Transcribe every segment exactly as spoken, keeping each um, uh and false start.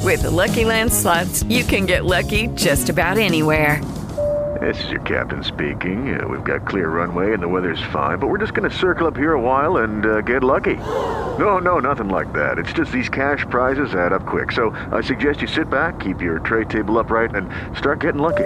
With the Lucky Land Slots, you can get lucky just about anywhere. This is your captain speaking. Uh, we've got clear runway and the weather's fine, but we're just going to circle up here a while and uh, get lucky. No, no, nothing like that. It's just these cash prizes add up quick. So I suggest you sit back, keep your tray table upright, and start getting lucky.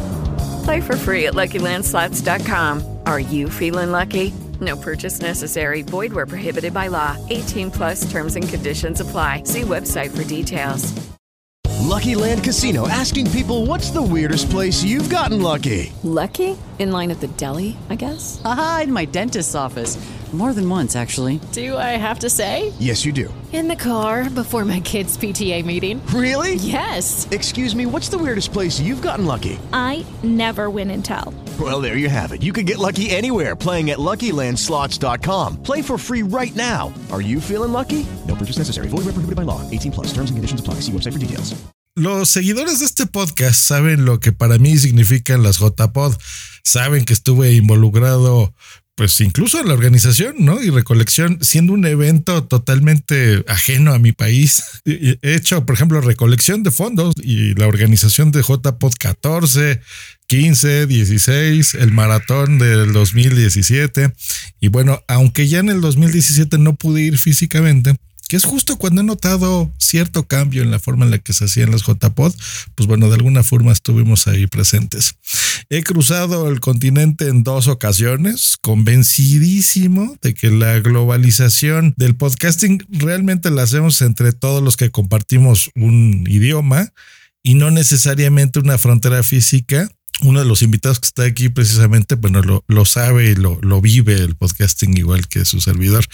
Play for free at Lucky Land Slots dot com. Are you feeling lucky? No purchase necessary. Void where prohibited by law. eighteen plus terms and conditions apply. See website for details. Lucky Land Casino, asking people, what's the weirdest place you've gotten lucky? Lucky? In line at the deli, I guess? Aha, in my dentist's office. More than once, actually. Do I have to say? Yes, you do. In the car before my kids' P T A meeting. Really? Yes. Excuse me, what's the weirdest place you've gotten lucky? I never win and tell. Well, there you have it. You can get lucky anywhere, playing at Lucky Land Slots dot com. Play for free right now. Are you feeling lucky? No purchase necessary. Void where prohibited by law. eighteen plus. Terms and conditions apply. See website for details. Los seguidores de este podcast saben lo que para mí significan las J P O D. Saben que estuve involucrado, pues incluso en la organización, ¿no? Y recolección, siendo un evento totalmente ajeno a mi país. He hecho, por ejemplo, recolección de fondos y la organización de J P O D catorce, quince, dieciséis, el maratón del dos mil diecisiete. Y bueno, aunque ya en el dos mil diecisiete no pude ir físicamente, que es justo cuando he notado cierto cambio en la forma en la que se hacían las J P O D, pues bueno, de alguna forma estuvimos ahí presentes. He cruzado el continente en dos ocasiones, convencidísimo de que la globalización del podcasting realmente la hacemos entre todos los que compartimos un idioma y no necesariamente una frontera física. Uno de los invitados que está aquí precisamente, bueno, lo, lo sabe y lo, lo vive el podcasting igual que su servidor.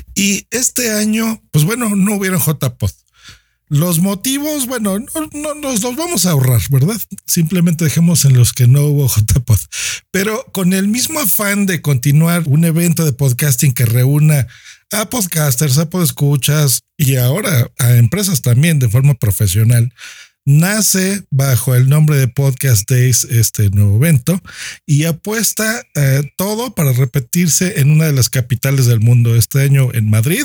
Y este año, pues bueno, no hubieron J P O D. Los motivos, bueno, no, no nos los vamos a ahorrar, ¿verdad? Simplemente dejemos en los que no hubo J P O D. Pero con el mismo afán de continuar un evento de podcasting que reúna a podcasters, a podescuchas y ahora a empresas también de forma profesional, nace bajo el nombre de Podcast Days este nuevo evento y apuesta eh, todo para repetirse en una de las capitales del mundo este año en Madrid.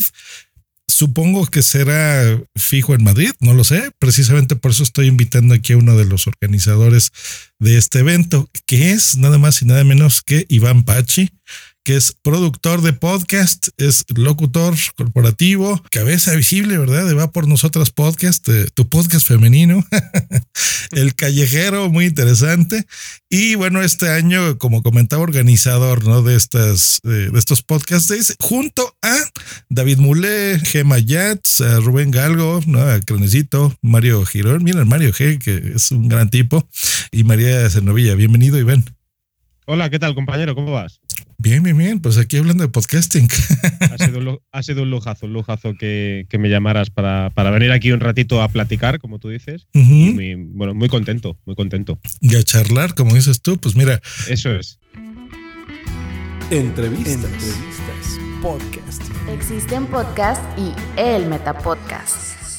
Supongo que será fijo en Madrid, no lo sé. Precisamente por eso estoy invitando aquí a uno de los organizadores de este evento, que es nada más y nada menos que Iván Pachi, que es productor de podcast, es locutor corporativo, cabeza visible, ¿verdad? De Va por Nosotras Podcast, eh, tu podcast femenino, El Callejero, muy interesante. Y bueno, este año, como comentaba, organizador, ¿no? De estas, de, de estos podcast days, junto a David Mulé, Gema Yats, a Rubén Galgo, ¿no? A Cronecito, Mario Girón, miren Mario G, que es un gran tipo, y María Cernovilla. Bienvenido, Iván. Hola, ¿qué tal, compañero? ¿Cómo vas? Bien, bien, bien. Pues aquí hablando de podcasting. Ha sido un, ha sido un lujazo, un lujazo que, que me llamaras para, para venir aquí un ratito a platicar, como tú dices. Uh-huh. Y muy, bueno, muy contento, muy contento. Y a charlar, como dices tú, pues mira. Eso es. Entrevistas. Entrevistas. Podcast. Existen podcast y el Metapodcast.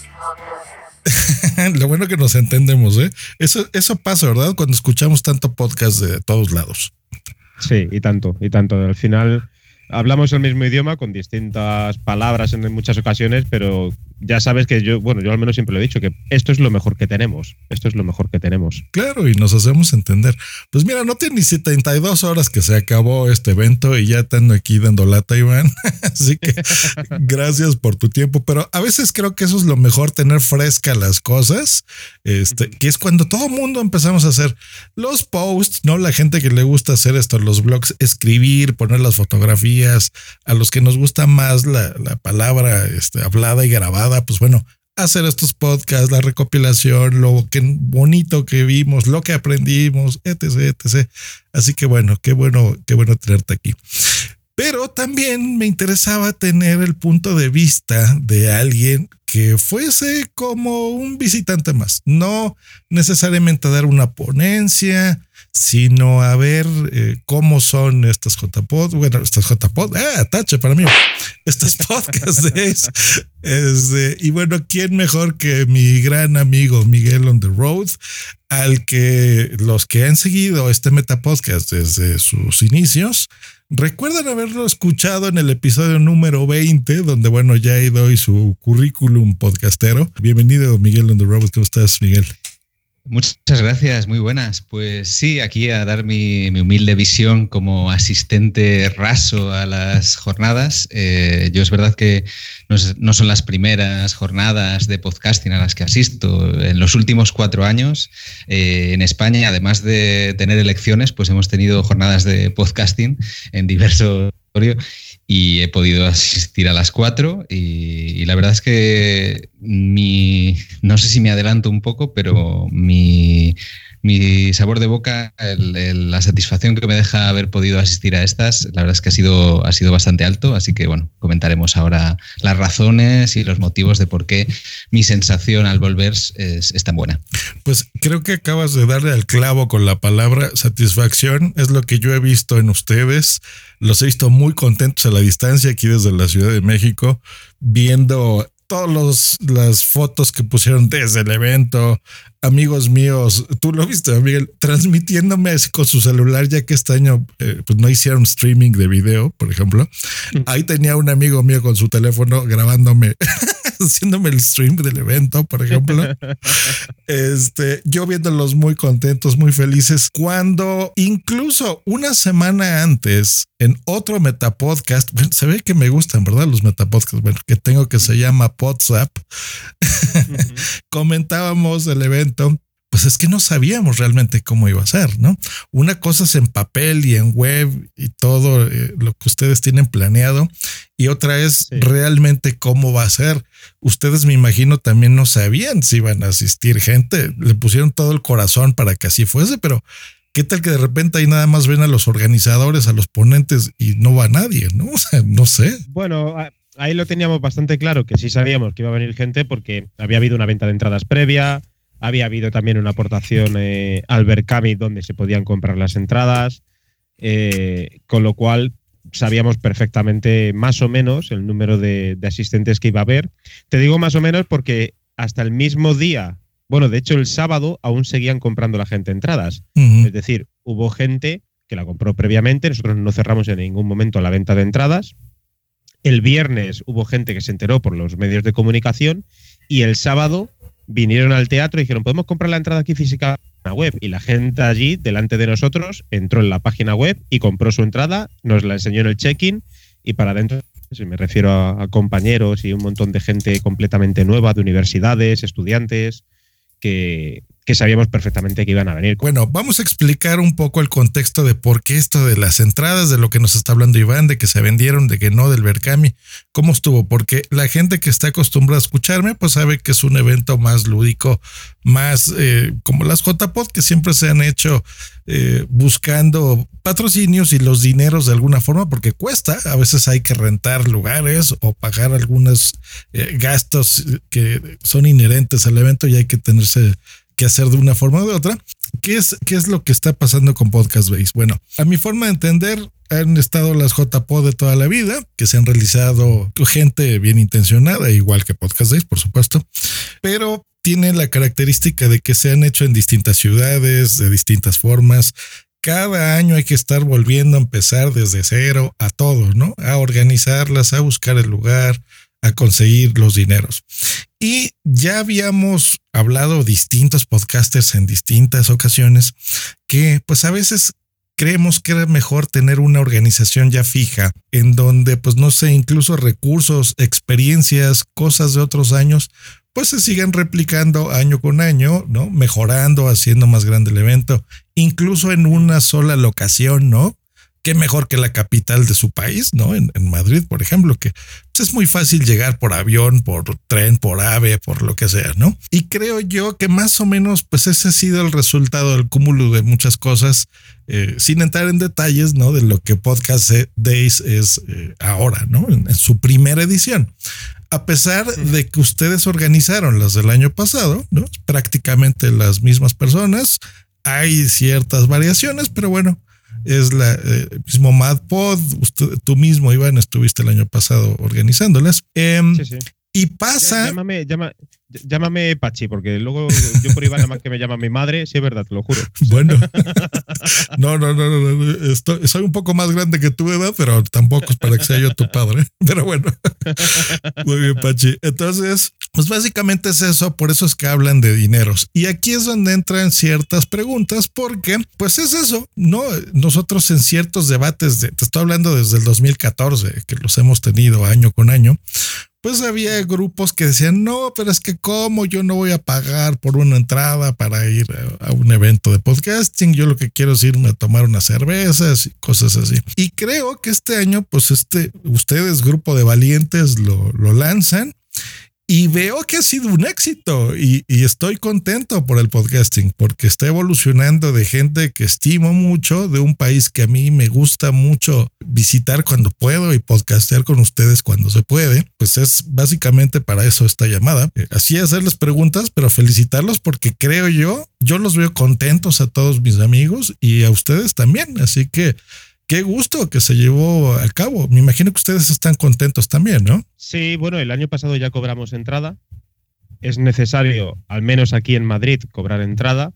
Lo bueno que nos entendemos, ¿eh? Eso, eso pasa, ¿verdad? Cuando escuchamos tanto podcast de todos lados. Sí, y tanto, y tanto. Al final hablamos el mismo idioma con distintas palabras en muchas ocasiones, pero ya sabes que yo, bueno, yo al menos siempre lo he dicho, que esto es lo mejor que tenemos. Esto es lo mejor que tenemos. Claro, y nos hacemos entender. Pues mira, no tiene ni setenta y dos horas que se acabó este evento y ya están aquí dando lata, Iván. Así que gracias por tu tiempo. Pero a veces creo que eso es lo mejor, tener fresca las cosas, este, que es cuando todo mundo empezamos a hacer los posts, ¿no? La gente que le gusta hacer esto, los blogs, escribir, poner las fotografías, a los que nos gusta más la, la palabra este, hablada y grabada, pues bueno, hacer estos podcasts, la recopilación, lo que bonito que vimos, lo que aprendimos, etc, etcétera. Así que bueno, qué bueno, qué bueno tenerte aquí. Pero también me interesaba tener el punto de vista de alguien que fuese como un visitante más, no necesariamente dar una ponencia, sino a ver eh, cómo son estas J P O D, bueno, estas J P O D, ah, tache para mí, estas Podcast Days. Este, y bueno, ¿quién mejor que mi gran amigo Miguel on the Road, al que los que han seguido este Metapodcast desde sus inicios recuerdan haberlo escuchado en el episodio número veinte, donde bueno, ya ahí doy su currículum podcastero. Bienvenido, Miguel on the Road. ¿Cómo estás, Miguel? Muchas gracias, muy buenas. Pues sí, aquí a dar mi, mi humilde visión como asistente raso a las jornadas. Eh, yo es verdad que no, es, no son las primeras jornadas de podcasting a las que asisto. En los últimos cuatro años eh, en España, además de tener elecciones, pues hemos tenido jornadas de podcasting en diversos y he podido asistir a las cuatro y, y la verdad es que mi, no sé si me adelanto un poco, pero mi, mi sabor de boca, el, el, la satisfacción que me deja haber podido asistir a estas, la verdad es que ha sido, ha sido bastante alto, así que bueno, comentaremos ahora las razones y los motivos de por qué mi sensación al volver es, es tan buena. Pues creo que acabas de darle al clavo con la palabra satisfacción, es lo que yo he visto en ustedes. Los he visto muy contentos a la distancia aquí desde la Ciudad de México, viendo todas las fotos que pusieron desde el evento. Amigos míos, tú lo viste, Miguel, transmitiéndome con su celular, ya que este año eh, pues no hicieron streaming de video, por ejemplo. Ahí tenía un amigo mío con su teléfono grabándome, haciéndome el stream del evento, por ejemplo. Este, yo viéndolos muy contentos, muy felices, cuando incluso una semana antes, en otro Metapodcast, bueno, se ve que me gustan, ¿verdad? Los Metapodcasts, bueno, que tengo que se llama WhatsApp, uh-huh. Comentábamos el evento. Pues es que no sabíamos realmente cómo iba a ser, ¿no? Una cosa es en papel y en web y todo eh, lo que ustedes tienen planeado, y otra es sí. realmente cómo va a ser. Ustedes, me imagino, también no sabían si iban a asistir gente, le pusieron todo el corazón para que así fuese, pero ¿qué tal que de repente ahí nada más ven a los organizadores, a los ponentes y no va nadie, ¿no? O sea, no sé. Bueno, ahí lo teníamos bastante claro, que sí sabíamos que iba a venir gente porque había habido una venta de entradas previa. Había habido también una aportación eh, al Berkami donde se podían comprar las entradas, eh, con lo cual sabíamos perfectamente más o menos el número de, de asistentes que iba a haber. Te digo más o menos porque hasta el mismo día, bueno, de hecho el sábado aún seguían comprando la gente entradas. Uh-huh. Es decir, hubo gente que la compró previamente, nosotros no cerramos en ningún momento la venta de entradas. El viernes hubo gente que se enteró por los medios de comunicación y el sábado vinieron al teatro y dijeron, ¿podemos comprar la entrada aquí física en la web? Y la gente allí, delante de nosotros, entró en la página web y compró su entrada, nos la enseñó en el check-in y para adentro, si me refiero a, a compañeros y un montón de gente completamente nueva, de universidades, estudiantes, que, que sabíamos perfectamente que iban a venir. Bueno, vamos a explicar un poco el contexto de por qué esto de las entradas, de lo que nos está hablando Iván, de que se vendieron, de que no, del Berkami, cómo estuvo, porque la gente que está acostumbrada a escucharme, pues sabe que es un evento más lúdico, más eh, como las J P O D, que siempre se han hecho eh, buscando patrocinios y los dineros de alguna forma, porque cuesta, a veces hay que rentar lugares o pagar algunos eh, gastos que son inherentes al evento y hay que tenerse que hacer de una forma o de otra. ¿Qué es, qué es lo que está pasando con Podcast Days? Bueno, a mi forma de entender, han estado las J P O D de toda la vida, que se han realizado gente bien intencionada, igual que Podcast Days, por supuesto, pero tiene la característica de que se han hecho en distintas ciudades, de distintas formas. Cada año hay que estar volviendo a empezar desde cero a todo, ¿no? A organizarlas, a buscar el lugar, a conseguir los dineros. Y ya habíamos hablado distintos podcasters en distintas ocasiones que pues a veces creemos que era mejor tener una organización ya fija en donde pues no sé, incluso recursos, experiencias, cosas de otros años pues se sigan replicando año con año, ¿no? Mejorando, haciendo más grande el evento, incluso en una sola locación, ¿no? Qué mejor que la capital de su país, ¿no? En, en Madrid, por ejemplo, que pues, es muy fácil llegar por avión, por tren, por ave, por lo que sea, ¿no? Y creo yo que más o menos, pues ese ha sido el resultado del cúmulo de muchas cosas, eh, sin entrar en detalles, ¿no? De lo que Podcast Days es eh, ahora, ¿no? En, en su primera edición. A pesar de que ustedes organizaron las del año pasado, ¿no? Prácticamente las mismas personas, hay ciertas variaciones, pero bueno, es la eh, mismo MadPod. Usted, tú mismo, Iván, estuviste el año pasado organizándolas. Eh, sí, sí. Y pasa. Ya, llámame, llama, llámame Pachi, porque luego yo por Iván, nada más que me llama mi madre, sí es verdad, te lo juro. Bueno, no, no, no, no, no. Estoy, soy un poco más grande que tu edad, pero tampoco es para que sea yo tu padre. Pero bueno, muy bien, Pachi. Entonces, pues básicamente es eso, por eso es que hablan de dineros. Y aquí es donde entran ciertas preguntas, porque, pues es eso, ¿no? Nosotros en ciertos debates, de, te estoy hablando desde el dos mil catorce, que los hemos tenido año con año, pues había grupos que decían, no, pero es que cómo yo no voy a pagar por una entrada para ir a, a un evento de podcasting, yo lo que quiero es irme a tomar unas cervezas y cosas así. Y creo que este año, pues este, ustedes, grupo de valientes, lo, lo lanzan. Y veo que ha sido un éxito y, y estoy contento por el podcasting porque está evolucionando de gente que estimo mucho, de un país que a mí me gusta mucho visitar cuando puedo y podcastear con ustedes cuando se puede. Pues es básicamente para eso esta llamada. Así hacerles preguntas, pero felicitarlos porque creo yo, yo los veo contentos a todos mis amigos y a ustedes también. Así que qué gusto que se llevó a cabo. Me imagino que ustedes están contentos también, ¿no? Sí, bueno, el año pasado ya cobramos entrada. Es necesario, al menos aquí en Madrid, cobrar entrada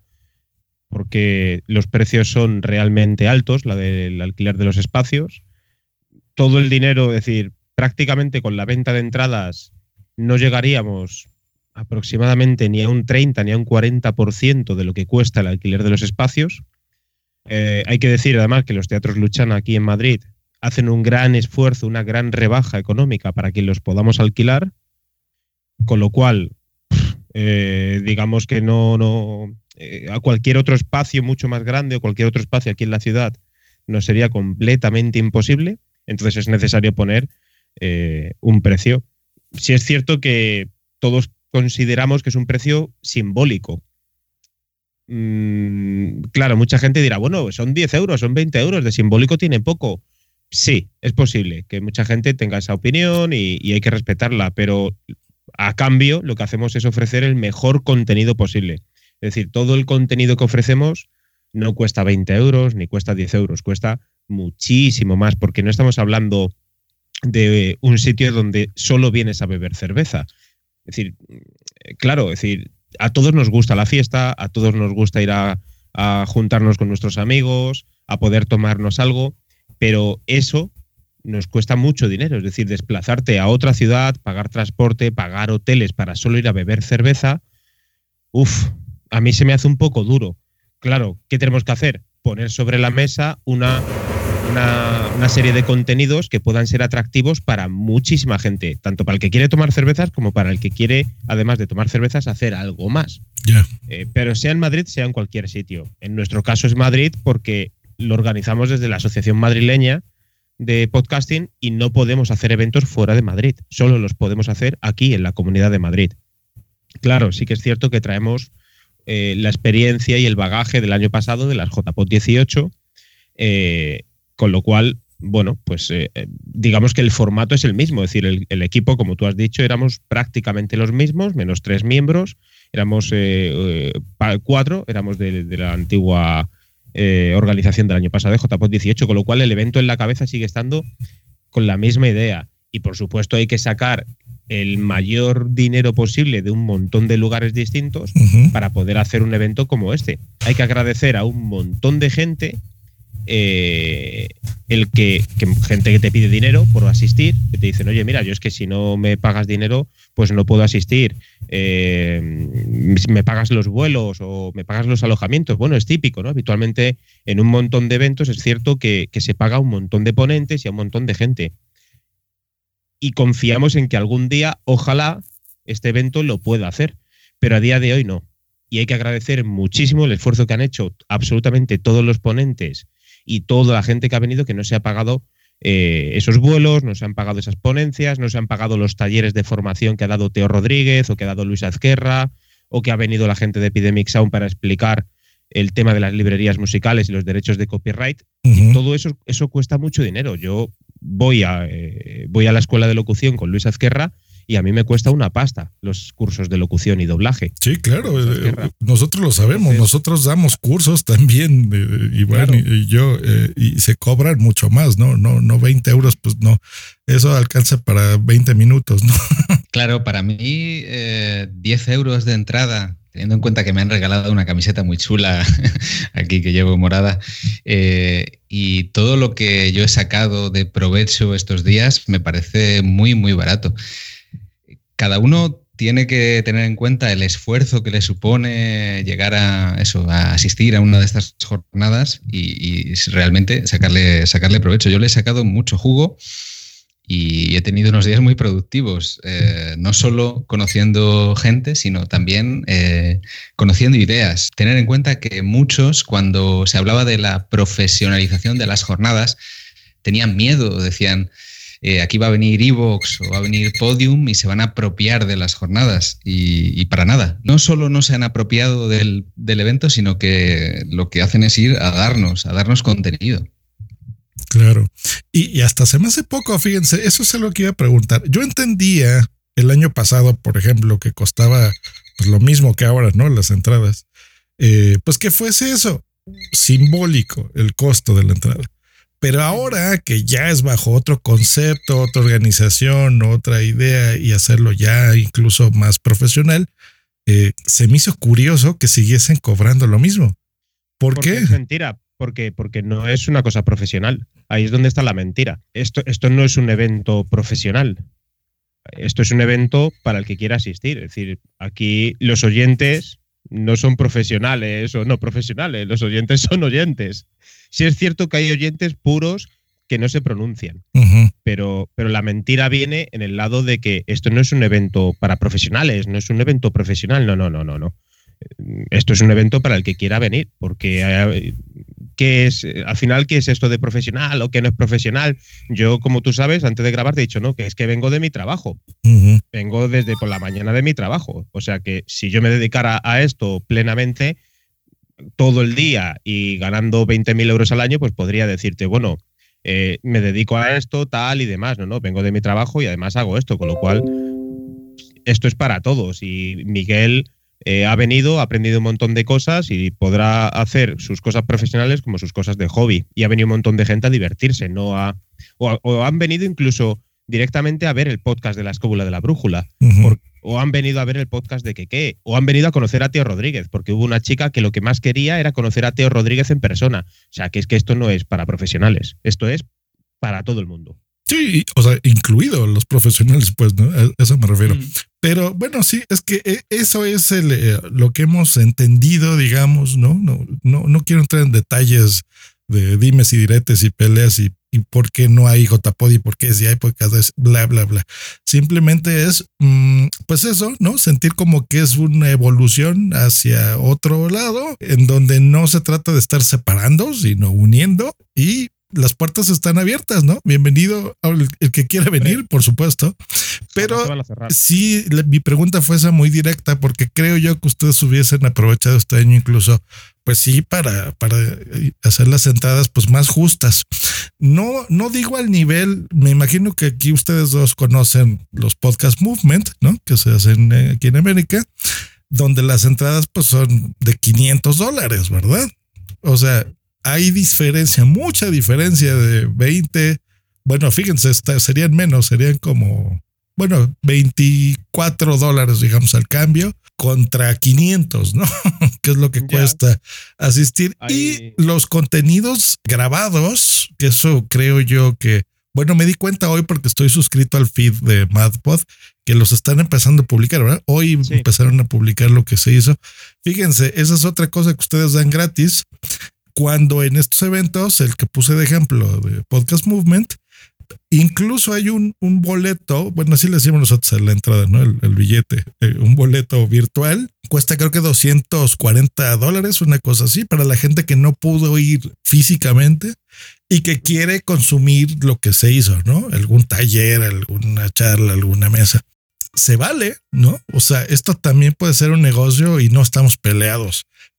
porque los precios son realmente altos, la del alquiler de los espacios. Todo el dinero, es decir, prácticamente con la venta de entradas no llegaríamos aproximadamente ni a un treinta ni a un cuarenta por ciento de lo que cuesta el alquiler de los espacios. Eh, hay que decir además que los teatros Luchana aquí en Madrid hacen un gran esfuerzo, una gran rebaja económica para que los podamos alquilar, con lo cual eh, digamos que no, no eh, a cualquier otro espacio mucho más grande o cualquier otro espacio aquí en la ciudad nos sería completamente imposible. Entonces es necesario poner eh, un precio. Sí es cierto que todos consideramos que es un precio simbólico. Claro, mucha gente dirá, bueno, son diez euros, son veinte euros, de simbólico tiene poco. Sí, es posible que mucha gente tenga esa opinión y, y hay que respetarla, pero a cambio lo que hacemos es ofrecer el mejor contenido posible. Es decir, todo el contenido que ofrecemos no cuesta veinte euros ni cuesta diez euros, cuesta muchísimo más, porque no estamos hablando de un sitio donde solo vienes a beber cerveza. Es decir, claro, es decir, a todos nos gusta la fiesta, a todos nos gusta ir a, a juntarnos con nuestros amigos, a poder tomarnos algo, pero eso nos cuesta mucho dinero. Es decir, desplazarte a otra ciudad, pagar transporte, pagar hoteles para solo ir a beber cerveza, uff, a mí se me hace un poco duro. Claro, ¿qué tenemos que hacer? Poner sobre la mesa una, una, una serie de contenidos que puedan ser atractivos para muchísima gente, tanto para el que quiere tomar cervezas como para el que quiere, además de tomar cervezas, hacer algo más. Yeah. Eh, pero sea en Madrid, sea en cualquier sitio. En nuestro caso es Madrid porque lo organizamos desde la Asociación Madrileña de Podcasting y no podemos hacer eventos fuera de Madrid. Solo los podemos hacer aquí, en la Comunidad de Madrid. Claro, sí que es cierto que traemos eh, la experiencia y el bagaje del año pasado de las J P O D dieciocho, eh, con lo cual, bueno, pues eh, digamos que el formato es el mismo. Es decir, el, el equipo, como tú has dicho, éramos prácticamente los mismos, menos tres miembros. Éramos eh, eh, cuatro, éramos de, de la antigua eh, organización del año pasado de J P O D dieciocho, con lo cual el evento en la cabeza sigue estando con la misma idea. Y por supuesto hay que sacar el mayor dinero posible de un montón de lugares distintos uh-huh. para poder hacer un evento como este. Hay que agradecer a un montón de gente, eh, el que, que gente que te pide dinero por asistir, que te dicen, oye, mira, yo es que si no me pagas dinero, pues no puedo asistir. Eh, me pagas los vuelos o me pagas los alojamientos. Bueno, es típico, ¿no? Habitualmente en un montón de eventos es cierto que, que se paga a un montón de ponentes y a un montón de gente. Y confiamos en que algún día, ojalá, este evento lo pueda hacer. Pero a día de hoy no. Y hay que agradecer muchísimo el esfuerzo que han hecho absolutamente todos los ponentes y toda la gente que ha venido, que no se ha pagado eh, esos vuelos, no se han pagado esas ponencias, no se han pagado los talleres de formación que ha dado Teo Rodríguez o que ha dado Luis Azquerra, o que ha venido la gente de Epidemic Sound para explicar el tema de las librerías musicales y los derechos de copyright. Uh-huh. Y todo eso, eso cuesta mucho dinero. Yo voy a, eh, voy a la escuela de locución con Luis Azquerra y a mí me cuesta una pasta los cursos de locución y doblaje. Sí, claro, eh, nosotros lo sabemos, Entonces, nosotros damos cursos también, eh, Iván claro. y, y yo, eh, y se cobran mucho más, ¿no? No, no veinte euros, pues no, eso alcanza para veinte minutos, ¿no? Claro, para mí eh, diez euros de entrada, teniendo en cuenta que me han regalado una camiseta muy chula aquí que llevo morada, eh, y todo lo que yo he sacado de provecho estos días me parece muy, muy barato. Cada uno tiene que tener en cuenta el esfuerzo que le supone llegar a eso, a asistir a una de estas jornadas y, y realmente sacarle, sacarle provecho. Yo le he sacado mucho jugo y he tenido unos días muy productivos, eh, no solo conociendo gente, sino también eh, conociendo ideas. Tener en cuenta que muchos, cuando se hablaba de la profesionalización de las jornadas, tenían miedo, decían, eh, aquí va a venir Evox o va a venir Podium y se van a apropiar de las jornadas. Y, y para nada. No solo no se han apropiado del, del evento, sino que lo que hacen es ir a darnos, a darnos contenido. Claro. Y, y hasta se me hace poco, fíjense, eso es algo que iba a preguntar. Yo entendía el año pasado, por ejemplo, que costaba pues, lo mismo que ahora, ¿no? Las entradas. Eh, pues que fuese eso, simbólico el costo de la entrada. Pero ahora que ya es bajo otro concepto, otra organización, otra idea y hacerlo ya incluso más profesional, eh, se me hizo curioso que siguiesen cobrando lo mismo. ¿Por Porque qué? Es mentira. Porque, porque no es una cosa profesional. Ahí es donde está la mentira. Esto, esto no es un evento profesional. Esto es un evento para el que quiera asistir. Es decir, aquí los oyentes no son profesionales o no profesionales. Los oyentes son oyentes. Sí es cierto que hay oyentes puros que no se pronuncian. Uh-huh. Pero, pero la mentira viene en el lado de que esto no es un evento para profesionales, no es un evento profesional. No, no, no, no, no. Esto es un evento para el que quiera venir, porque ¿qué es, al final, qué es esto de profesional o qué no es profesional? Yo, como tú sabes, antes de grabar te he dicho, no, que es que vengo de mi trabajo. Uh-huh. Vengo desde por la mañana de mi trabajo. O sea que si yo me dedicara a esto plenamente todo el día y ganando veinte mil euros al año, pues podría decirte, bueno, eh, me dedico a esto, tal y demás. No, no, vengo de mi trabajo y además hago esto, con lo cual esto es para todos. Y Miguel Eh, ha venido, ha aprendido un montón de cosas y podrá hacer sus cosas profesionales como sus cosas de hobby. Y ha venido un montón de gente a divertirse, no a, o, o han venido incluso directamente a ver el podcast de La Escóbula de la Brújula, uh-huh. por, o han venido a ver el podcast de Keke, o han venido a conocer a Teo Rodríguez, porque hubo una chica que lo que más quería era conocer a Teo Rodríguez en persona. O sea, que es que esto no es para profesionales, esto es para todo el mundo. Sí, o sea, incluido los profesionales, pues, ¿no? A eso me refiero. Mm. Pero bueno, sí, es que eso es el, eh, lo que hemos entendido, digamos, ¿no? No, no, no quiero entrar en detalles de dimes y diretes y peleas y, y por qué no hay J P O D y por qué si hay podcast, bla, bla, bla. Simplemente es, mmm, pues eso, ¿no? Sentir como que es una evolución hacia otro lado, en donde no se trata de estar separando, sino uniendo y las puertas están abiertas, ¿no? Bienvenido el, el que quiera venir, por supuesto. Pero sí, la, mi pregunta fue esa muy directa, porque creo yo que ustedes hubiesen aprovechado este año incluso, pues sí, para, para hacer las entradas pues más justas. No, no digo al nivel, me imagino que aquí ustedes dos conocen los Podcast Movement, ¿no? Que se hacen aquí en América, donde las entradas pues son de quinientos dólares, ¿verdad? O sea, hay diferencia, mucha diferencia de veinte. Bueno, fíjense, serían menos, serían como, bueno, veinticuatro dólares, digamos, al cambio contra quinientos, ¿no? Que es lo que ya cuesta asistir. Hay... Y los contenidos grabados, que eso creo yo que, bueno, me di cuenta hoy porque estoy suscrito al feed de MadPod, que los están empezando a publicar, ¿verdad? Hoy sí. Empezaron a publicar lo que se hizo. Fíjense, esa es otra cosa que ustedes dan gratis. Cuando en estos eventos, el que puse de ejemplo de Podcast Movement, incluso hay un, un boleto, bueno, así le decimos nosotros a la entrada, ¿no? El, el billete, eh, un boleto virtual, cuesta creo que doscientos cuarenta dólares, una cosa así, para la gente que no pudo ir físicamente y que quiere consumir lo que se hizo, ¿no? Algún taller, alguna charla, alguna mesa. Se vale, ¿no? O sea, esto también puede ser un negocio y no estamos peleados.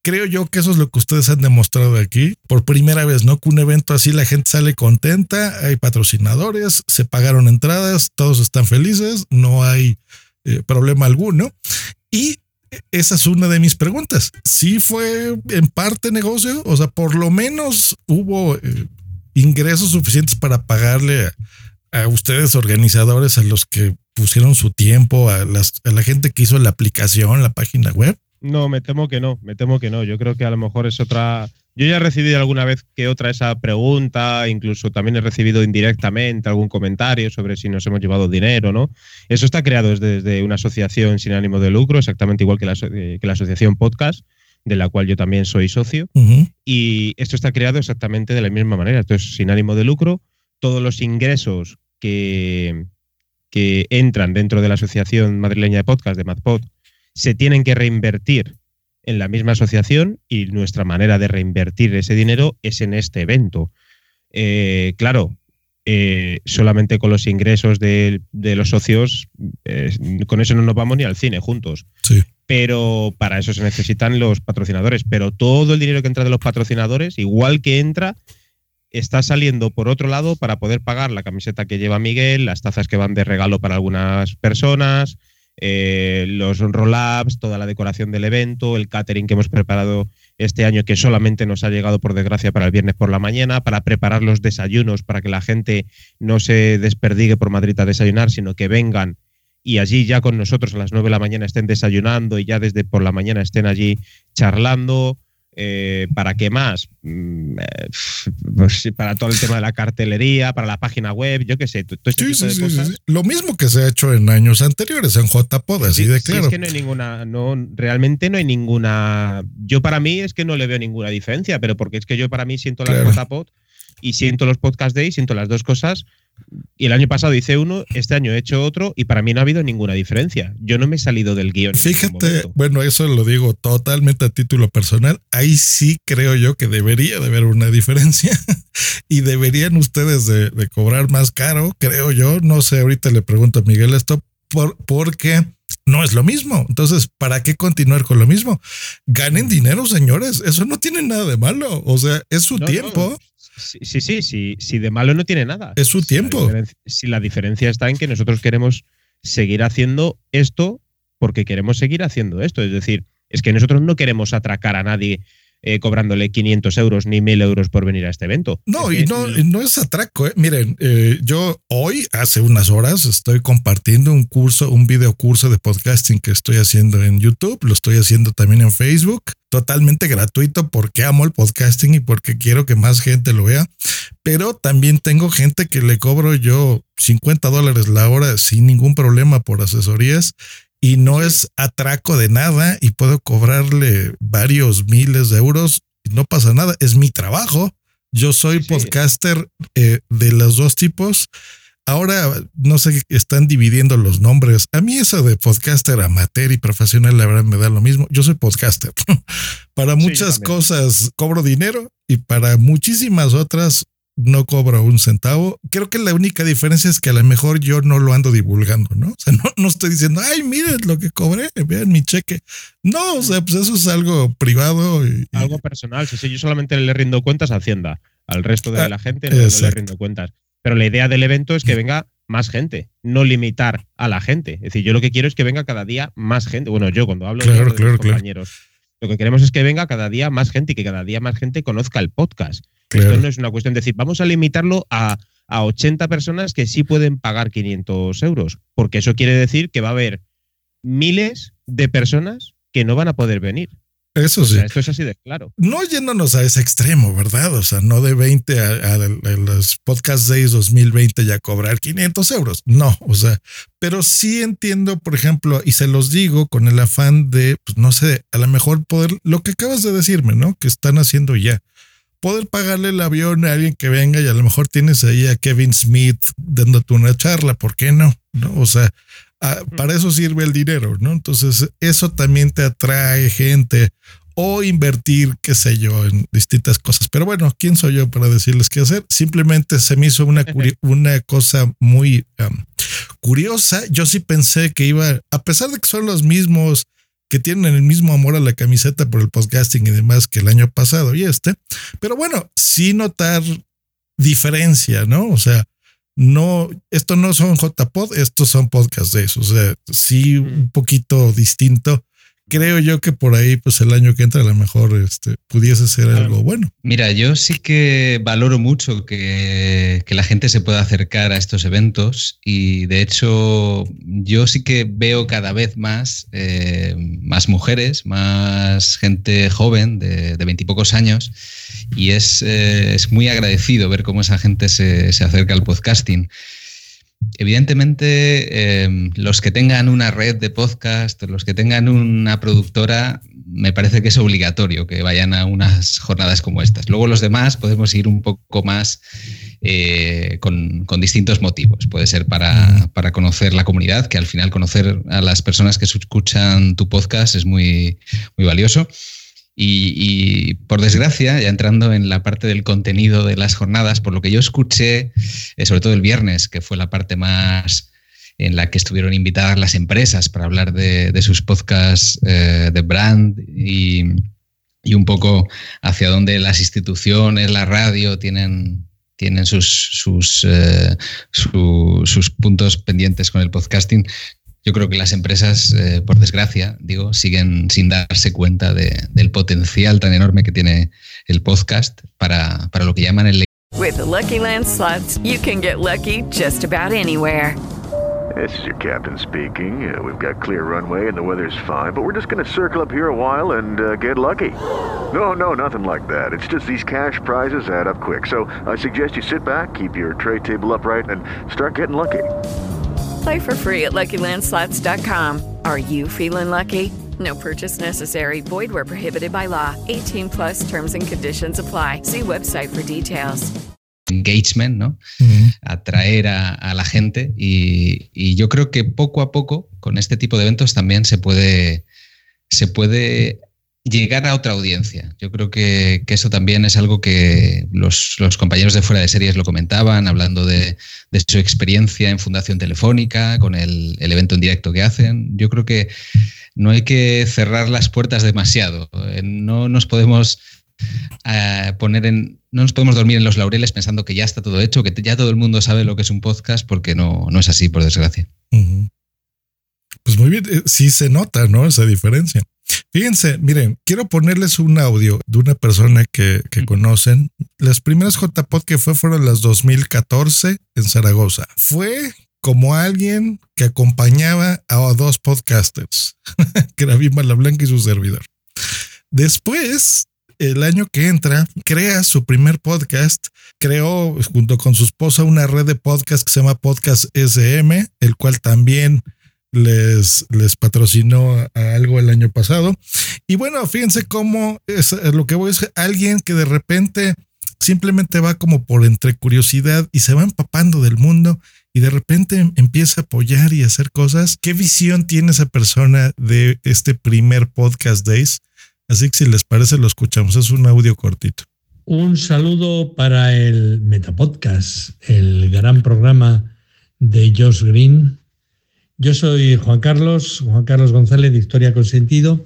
creo yo que eso es lo que ustedes han demostrado aquí por primera vez, ¿no? Que un evento así la gente sale contenta, hay patrocinadores, se pagaron entradas, todos están felices, no hay eh, problema alguno. Y esa es una de mis preguntas. ¿Sí fue en parte negocio? O sea, por lo menos hubo eh, ingresos suficientes para pagarle a, a ustedes organizadores, a los que pusieron su tiempo, a, las, a la gente que hizo la aplicación, la página web. No, me temo que no, me temo que no. Yo creo que a lo mejor es otra... Yo ya he recibido alguna vez que otra esa pregunta, incluso también he recibido indirectamente algún comentario sobre si nos hemos llevado dinero, ¿no? Eso está creado desde, desde una asociación sin ánimo de lucro, exactamente igual que la, que la asociación Podcast, de la cual yo también soy socio. Uh-huh. Y esto está creado exactamente de la misma manera. Entonces, sin ánimo de lucro, todos los ingresos que, que entran dentro de la Asociación Madrileña de Podcast, de MadPod, se tienen que reinvertir en la misma asociación y nuestra manera de reinvertir ese dinero es en este evento. Eh, claro, eh, solamente con los ingresos de, de los socios, eh, con eso no nos vamos ni al cine juntos. Sí. Pero para eso se necesitan los patrocinadores. Pero todo el dinero que entra de los patrocinadores, igual que entra, está saliendo por otro lado para poder pagar la camiseta que lleva Miguel, las tazas que van de regalo para algunas personas, Eh, los roll-ups, toda la decoración del evento, el catering que hemos preparado este año, que solamente nos ha llegado por desgracia para el viernes por la mañana, para preparar los desayunos para que la gente no se desperdigue por Madrid a desayunar, sino que vengan y allí ya con nosotros a las nueve de la mañana estén desayunando y ya desde por la mañana estén allí charlando. Eh, ¿Para qué más? Pues para todo el tema de la cartelería, para la página web, yo qué sé, todo este sí, tipo sí, de cosas. Sí, sí. Lo mismo que se ha hecho en años anteriores en J P O D, así sí, de sí, claro. Es que no hay ninguna, no, realmente no hay ninguna. Yo para mí es que no le veo ninguna diferencia, pero porque es que yo para mí siento la claro. J P O D y siento los Podcast Days, siento las dos cosas. Y el año pasado hice uno, este año he hecho otro y para mí no ha habido ninguna diferencia. Yo no me he salido del guión. Fíjate, bueno, eso lo digo totalmente a título personal. Ahí sí creo yo que debería de haber una diferencia y deberían ustedes de, de cobrar más caro, creo yo. No sé, ahorita le pregunto a Miguel esto por, porque no es lo mismo. Entonces, ¿para qué continuar con lo mismo? Ganen dinero, señores. Eso no tiene nada de malo. O sea, es su no, tiempo. No. Sí, sí, sí, sí, sí, de malo no tiene nada. Es su tiempo. Si la, si la diferencia está en que nosotros queremos seguir haciendo esto porque queremos seguir haciendo esto. Es decir, es que nosotros no queremos atracar a nadie eh, cobrándole quinientos euros ni mil euros por venir a este evento. No, es y que, no, no es atraco. ¿eh? Miren, eh, yo hoy, hace unas horas, estoy compartiendo un curso, un video curso de podcasting que estoy haciendo en YouTube. Lo estoy haciendo también en Facebook. Totalmente gratuito porque amo el podcasting y porque quiero que más gente lo vea. Pero también tengo gente que le cobro yo cincuenta dólares la hora sin ningún problema por asesorías. Y no es atraco de nada y puedo cobrarle varios miles de euros y no pasa nada. Es mi trabajo. Yo soy sí, podcaster eh, de los dos tipos. Ahora, no sé, están dividiendo los nombres. A mí eso de podcaster amateur y profesional, la verdad me da lo mismo. Yo soy podcaster. Para muchas sí, cosas cobro dinero y para muchísimas otras no cobro un centavo. Creo que la única diferencia es que a lo mejor yo no lo ando divulgando, ¿no? O sea, no, no estoy diciendo, ay, miren lo que cobré, vean mi cheque. No, o sea, pues eso es algo privado. Y, algo personal. Sí, sí, yo solamente le rindo cuentas a Hacienda. Al resto de ah, la gente no, no le rindo cuentas. Pero la idea del evento es que venga más gente, no limitar a la gente. Es decir, yo lo que quiero es que venga cada día más gente. Bueno, yo cuando hablo claro, de claro, mis compañeros, claro. Lo que queremos es que venga cada día más gente y que cada día más gente conozca el podcast. Claro. Esto no es una cuestión de decir, vamos a limitarlo a, a ochenta personas que sí pueden pagar quinientos euros, porque eso quiere decir que va a haber miles de personas que no van a poder venir. Eso sí. O sea, esto es así de claro. No yéndonos a ese extremo, ¿verdad? O sea, no de veinte a, a, a los Podcast Days dos mil veinte ya cobrar quinientos euros. No, o sea, pero sí entiendo, por ejemplo, y se los digo con el afán de, pues no sé, a lo mejor poder, lo que acabas de decirme, ¿no? Que están haciendo ya. Poder pagarle el avión a alguien que venga y a lo mejor tienes ahí a Kevin Smith dándote una charla, ¿por qué no? ¿No? O sea, a, para eso sirve el dinero, ¿no? Entonces, eso también te atrae gente o invertir, qué sé yo, en distintas cosas. Pero bueno, ¿quién soy yo para decirles qué hacer? Simplemente se me hizo una, curi- una cosa muy um, curiosa. Yo sí pensé que iba, a pesar de que son los mismos que tienen el mismo amor a la camiseta por el podcasting y demás que el año pasado y este. Pero bueno, sí notar diferencia, ¿no? O sea, no, esto no son J P O D, estos son Podcast Days. O sea, sí un poquito distinto. Creo yo que por ahí, pues el año que entra a lo mejor este, pudiese ser algo bueno. Mira, yo sí que valoro mucho que, que la gente se pueda acercar a estos eventos y de hecho yo sí que veo cada vez más, eh, más mujeres, más gente joven de veintipocos años y es, eh, es muy agradecido ver cómo esa gente se, se acerca al podcasting. Evidentemente, eh, los que tengan una red de podcast, los que tengan una productora, me parece que es obligatorio que vayan a unas jornadas como estas. Luego los demás podemos ir un poco más eh, con, con distintos motivos. Puede ser para, para conocer la comunidad, que al final conocer a las personas que escuchan tu podcast es muy, muy valioso. Y, y por desgracia, ya entrando en la parte del contenido de las jornadas, por lo que yo escuché, eh, sobre todo el viernes, que fue la parte más en la que estuvieron invitadas las empresas para hablar de, de sus podcasts eh, de brand y, y un poco hacia dónde las instituciones, la radio tienen, tienen sus, sus, eh, su, sus puntos pendientes con el podcasting. Yo creo que las empresas, eh, por desgracia, digo, siguen sin darse cuenta de, del potencial tan enorme que tiene el podcast para, para lo que llaman el... With the Lucky Land Slots, you can get lucky just about anywhere. This is your captain speaking. Uh, we've got clear runway and the weather's fine, but we're just going to circle up here a while and uh, get lucky. No, no, nothing like that. It's just these cash prizes add up quick. So I suggest you sit back, keep your tray table upright, and start getting lucky. Play for free at Lucky Land Slots dot com. Are you feeling lucky? No purchase necessary. Void where prohibited by law. eighteen plus terms and conditions apply. See website for details. Engagement, ¿no? Uh-huh. Atraer a, a la gente y, y yo creo que poco a poco con este tipo de eventos también se puede, se puede llegar a otra audiencia. Yo creo que, que eso también es algo que los, los compañeros de Fuera de Series lo comentaban, hablando de, de su experiencia en Fundación Telefónica, con el, el evento en directo que hacen. Yo creo que no hay que cerrar las puertas demasiado. No nos podemos uh, poner en, no nos podemos dormir en los laureles pensando que ya está todo hecho, que ya todo el mundo sabe lo que es un podcast, porque no, no es así, por desgracia. Uh-huh. Pues muy bien, sí se nota, ¿no? Esa diferencia. Fíjense, miren, quiero ponerles un audio de una persona que, que conocen. Las primeras J P O D que fue fueron las dos mil catorce en Zaragoza. Fue como alguien que acompañaba a dos podcasters, que era Bimba La Blanca y su servidor. Después, el año que entra, crea su primer podcast. Creó junto con su esposa una red de podcast que se llama Podcast S M, el cual también les, les patrocinó a, a algo el año pasado. Y bueno, fíjense cómo es lo que voy a decir. Alguien que de repente simplemente va como por entre curiosidad y se va empapando del mundo y de repente empieza a apoyar y a hacer cosas. ¿Qué visión tiene esa persona de este primer Podcast Days? Así que si les parece lo escuchamos. Es un audio cortito. Un saludo para el Metapodcast, el gran programa de Josh Green. Yo soy Juan Carlos, Juan Carlos González de Historia con Sentido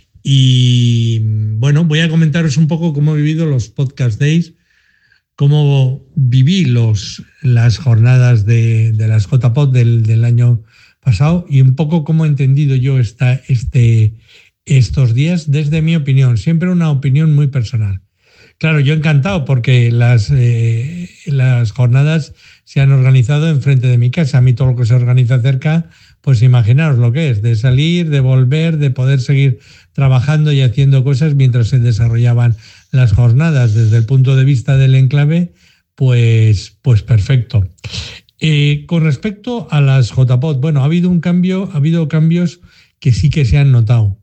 y bueno, voy a comentaros un poco cómo he vivido los Podcast Days, cómo viví los, las jornadas de, de las J P O D del, del año pasado y un poco cómo he entendido yo esta, este, estos días desde mi opinión, siempre una opinión muy personal. Claro, yo encantado porque las, eh, las jornadas se han organizado enfrente de mi casa. A mí todo lo que se organiza cerca, pues imaginaros lo que es, de salir, de volver, de poder seguir trabajando y haciendo cosas mientras se desarrollaban las jornadas. Desde el punto de vista del enclave, pues, pues perfecto. Eh, con respecto a las J P O D, bueno, ha habido un cambio, ha habido cambios que sí que se han notado.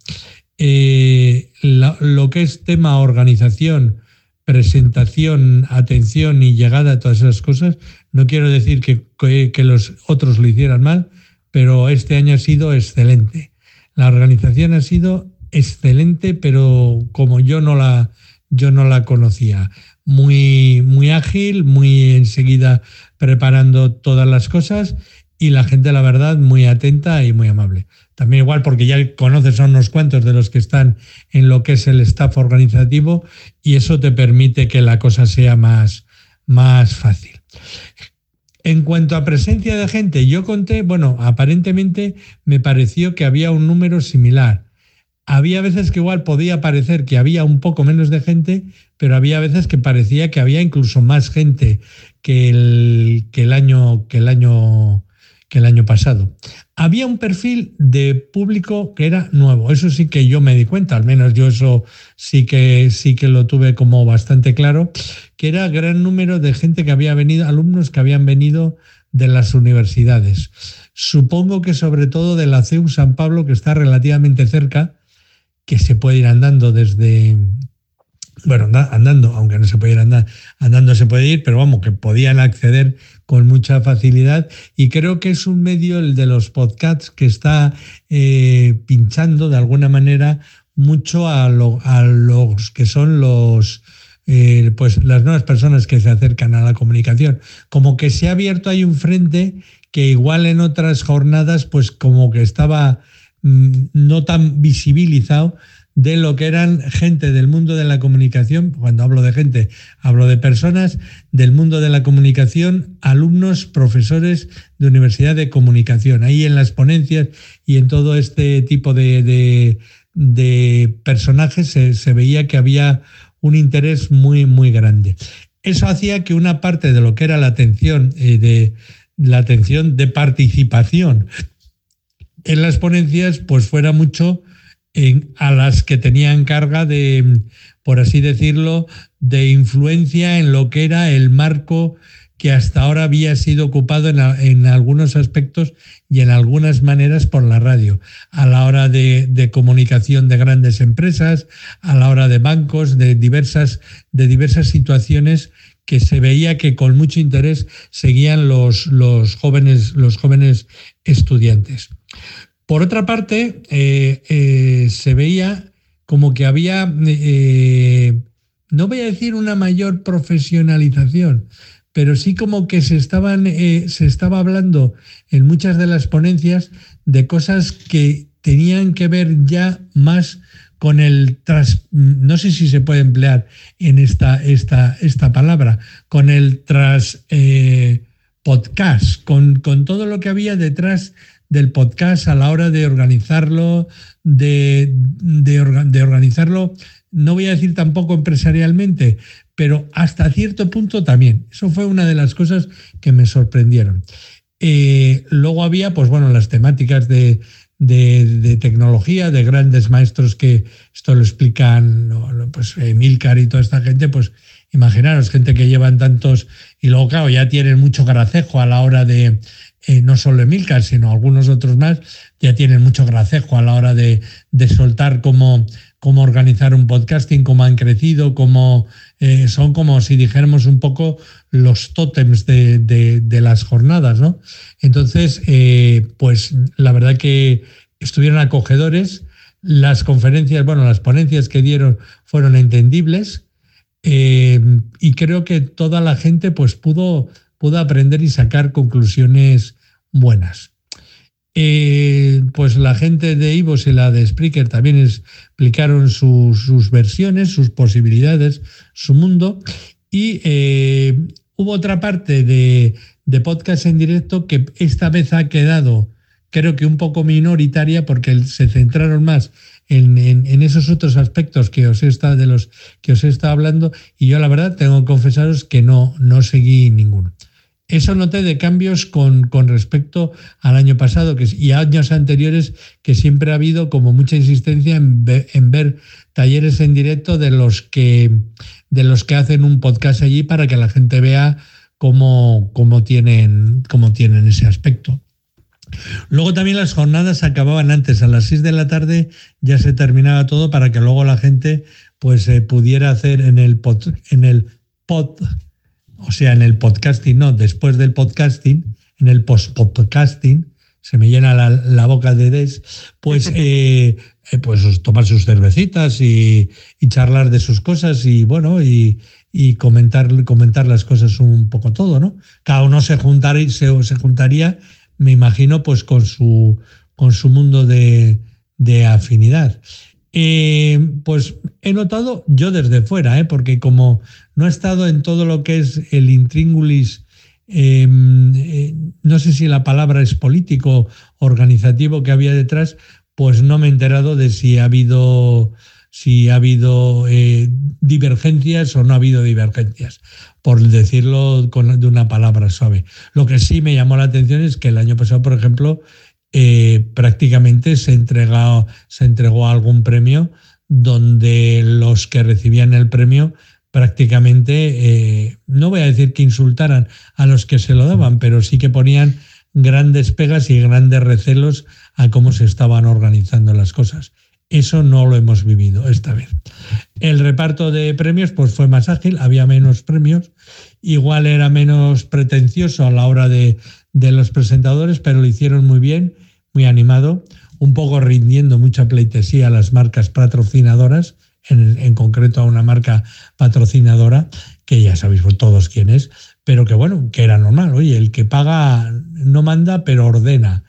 Eh, la, lo que es tema organización, presentación, atención y llegada a todas esas cosas, no quiero decir que, que, que los otros lo hicieran mal, pero este año ha sido excelente. La organización ha sido excelente, pero como yo no la, yo no la conocía. Muy, muy ágil, muy enseguida preparando todas las cosas y la gente, la verdad, muy atenta y muy amable. También igual porque ya conoces a unos cuantos de los que están en lo que es el staff organizativo y eso te permite que la cosa sea más, más fácil. En cuanto a presencia de gente, yo conté, bueno, aparentemente me pareció que había un número similar. Había veces que igual podía parecer que había un poco menos de gente, pero había veces que parecía que había incluso más gente que el, que el año, que el año, que el año pasado. Había un perfil de público que era nuevo, eso sí que yo me di cuenta, al menos yo eso sí que, sí que lo tuve como bastante claro, que era gran número de gente que había venido, alumnos que habían venido de las universidades. Supongo que sobre todo de la C E U San Pablo, que está relativamente cerca, que se puede ir andando desde... Bueno, andando, aunque no se puede ir andando, andando se puede ir, pero vamos, que podían acceder con mucha facilidad y creo que es un medio, el de los podcasts, que está eh, pinchando de alguna manera mucho a, lo, a los que son los... Eh, pues las nuevas personas que se acercan a la comunicación. Como que se ha abierto ahí un frente que igual en otras jornadas pues como que estaba mmm, no tan visibilizado, de lo que eran gente del mundo de la comunicación. Cuando hablo de gente, hablo de personas del mundo de la comunicación, alumnos, profesores de universidad de comunicación. Ahí en las ponencias y en todo este tipo de, de, de personajes se, se veía que había un interés muy, muy grande. Eso hacía que una parte de lo que era la atención, eh, de la atención de participación en las ponencias, pues fuera mucho en, a las que tenían carga de, por así decirlo, de influencia en lo que era el marco que hasta ahora había sido ocupado en, en algunos aspectos y en algunas maneras por la radio, a la hora de, de comunicación de grandes empresas, a la hora de bancos, de diversas, de diversas situaciones que se veía que con mucho interés seguían los, los, jóvenes, los jóvenes estudiantes. Por otra parte, eh, eh, se veía como que había, eh, no voy a decir una mayor profesionalización, pero sí como que se estaban eh, se estaba hablando en muchas de las ponencias de cosas que tenían que ver ya más con el tras, no sé si se puede emplear en esta esta esta palabra, con el tras eh, podcast, con, con todo lo que había detrás del podcast a la hora de organizarlo, de, de, de organizarlo, no voy a decir tampoco empresarialmente, pero hasta cierto punto también. Eso fue una de las cosas que me sorprendieron. Eh, luego había, pues bueno, las temáticas de, de, de tecnología, de grandes maestros que esto lo explican, pues Emilcar y toda esta gente, pues imaginaros, gente que llevan tantos, y luego claro, ya tienen mucho gracejo a la hora de, eh, no solo Emilcar, sino algunos otros más, ya tienen mucho gracejo a la hora de, de soltar cómo, cómo organizar un podcasting, cómo han crecido, cómo eh, son como si dijéramos un poco los tótems de, de, de las jornadas, ¿no? Entonces, eh, pues la verdad que estuvieron acogedores, las conferencias, bueno, las ponencias que dieron fueron entendibles, eh, y creo que toda la gente pues pudo, pudo aprender y sacar conclusiones buenas. Eh, pues la gente de iVoox y la de Spreaker también explicaron su, sus versiones, sus posibilidades, su mundo, y eh, hubo otra parte de, de podcast en directo que esta vez ha quedado, creo que un poco minoritaria, porque se centraron más en, en, en esos otros aspectos que os he estado, de los que os he estado hablando, y yo la verdad tengo que confesaros que no, no seguí ninguno. Eso noté de cambios con, con respecto al año pasado que, y años anteriores, que siempre ha habido como mucha insistencia en ver, en ver talleres en directo de los que, de los que hacen un podcast allí para que la gente vea cómo, cómo, tienen, cómo tienen ese aspecto. Luego también las jornadas acababan antes, a las seis de la tarde ya se terminaba todo para que luego la gente pues eh, pudiera hacer en el pod, en el pod o sea, en el podcasting, no, después del podcasting, en el post-podcasting, se me llena la, la boca de des, pues, eh, eh, pues tomar sus cervecitas y, y charlar de sus cosas y, bueno, y, y comentar, comentar las cosas un poco todo, ¿no? Cada uno se juntaría, se, se juntaría me imagino, pues con su, con su mundo de, de afinidad. Eh, pues he notado yo desde fuera, ¿eh? Porque como no he estado en todo lo que es el intríngulis, eh, eh, no sé si la palabra es político, organizativo que había detrás, pues no me he enterado de si ha habido, si ha habido eh, divergencias o no ha habido divergencias, por decirlo con, de una palabra suave. Lo que sí me llamó la atención es que el año pasado, por ejemplo, Eh, prácticamente se entregó, se entregó algún premio donde los que recibían el premio prácticamente, eh, no voy a decir que insultaran a los que se lo daban, pero sí que ponían grandes pegas y grandes recelos a cómo se estaban organizando las cosas. Eso no lo hemos vivido esta vez. El reparto de premios pues fue más ágil, había menos premios, igual era menos pretencioso a la hora de, de los presentadores, pero lo hicieron muy bien, muy animado, un poco rindiendo mucha pleitesía a las marcas patrocinadoras, en, en concreto a una marca patrocinadora, que ya sabéis todos quién es, pero que bueno, que era normal. Oye, el que paga no manda, pero ordena.